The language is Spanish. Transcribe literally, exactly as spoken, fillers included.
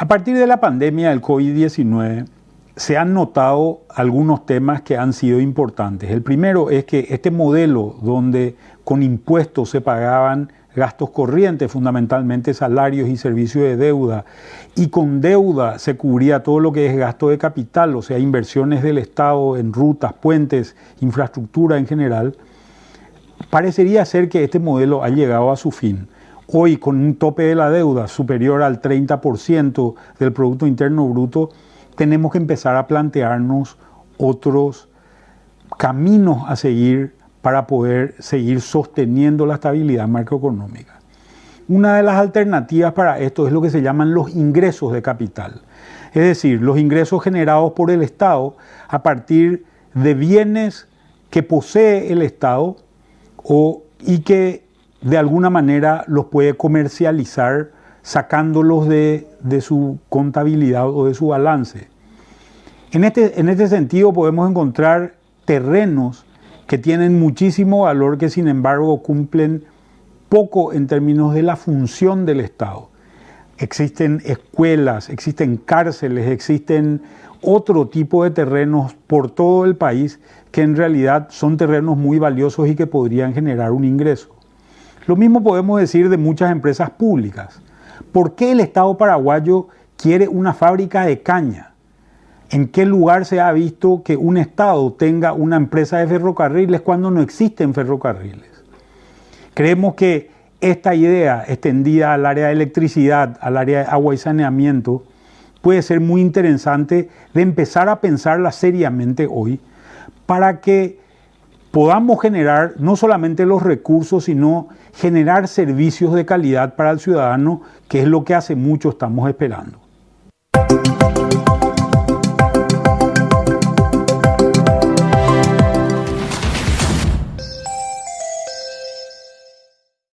A partir de la pandemia del COVID diecinueve, se han notado algunos temas que han sido importantes. El primero es que este modelo donde con impuestos se pagaban gastos corrientes, fundamentalmente salarios y servicios de deuda, y con deuda se cubría todo lo que es gasto de capital, o sea, inversiones del Estado en rutas, puentes, infraestructura en general, parecería ser que este modelo ha llegado a su fin. Hoy, con un tope de la deuda superior al treinta por ciento del Producto Interno Bruto, tenemos que empezar a plantearnos otros caminos a seguir para poder seguir sosteniendo la estabilidad macroeconómica. Una de las alternativas para esto es lo que se llaman los ingresos de capital, es decir, los ingresos generados por el Estado a partir de bienes que posee el Estado o, y que de alguna manera los puede comercializar sacándolos de, de su contabilidad o de su balance. En este, en este sentido podemos encontrar terrenos que tienen muchísimo valor, que sin embargo cumplen poco en términos de la función del Estado. Existen escuelas, existen cárceles, existen otro tipo de terrenos por todo el país que en realidad son terrenos muy valiosos y que podrían generar un ingreso. Lo mismo podemos decir de muchas empresas públicas. ¿Por qué el Estado paraguayo quiere una fábrica de caña? ¿En qué lugar se ha visto que un Estado tenga una empresa de ferrocarriles cuando no existen ferrocarriles? Creemos que esta idea extendida al área de electricidad, al área de agua y saneamiento, puede ser muy interesante de empezar a pensarla seriamente hoy para que podamos generar no solamente los recursos, sino generar servicios de calidad para el ciudadano, que es lo que hace mucho estamos esperando.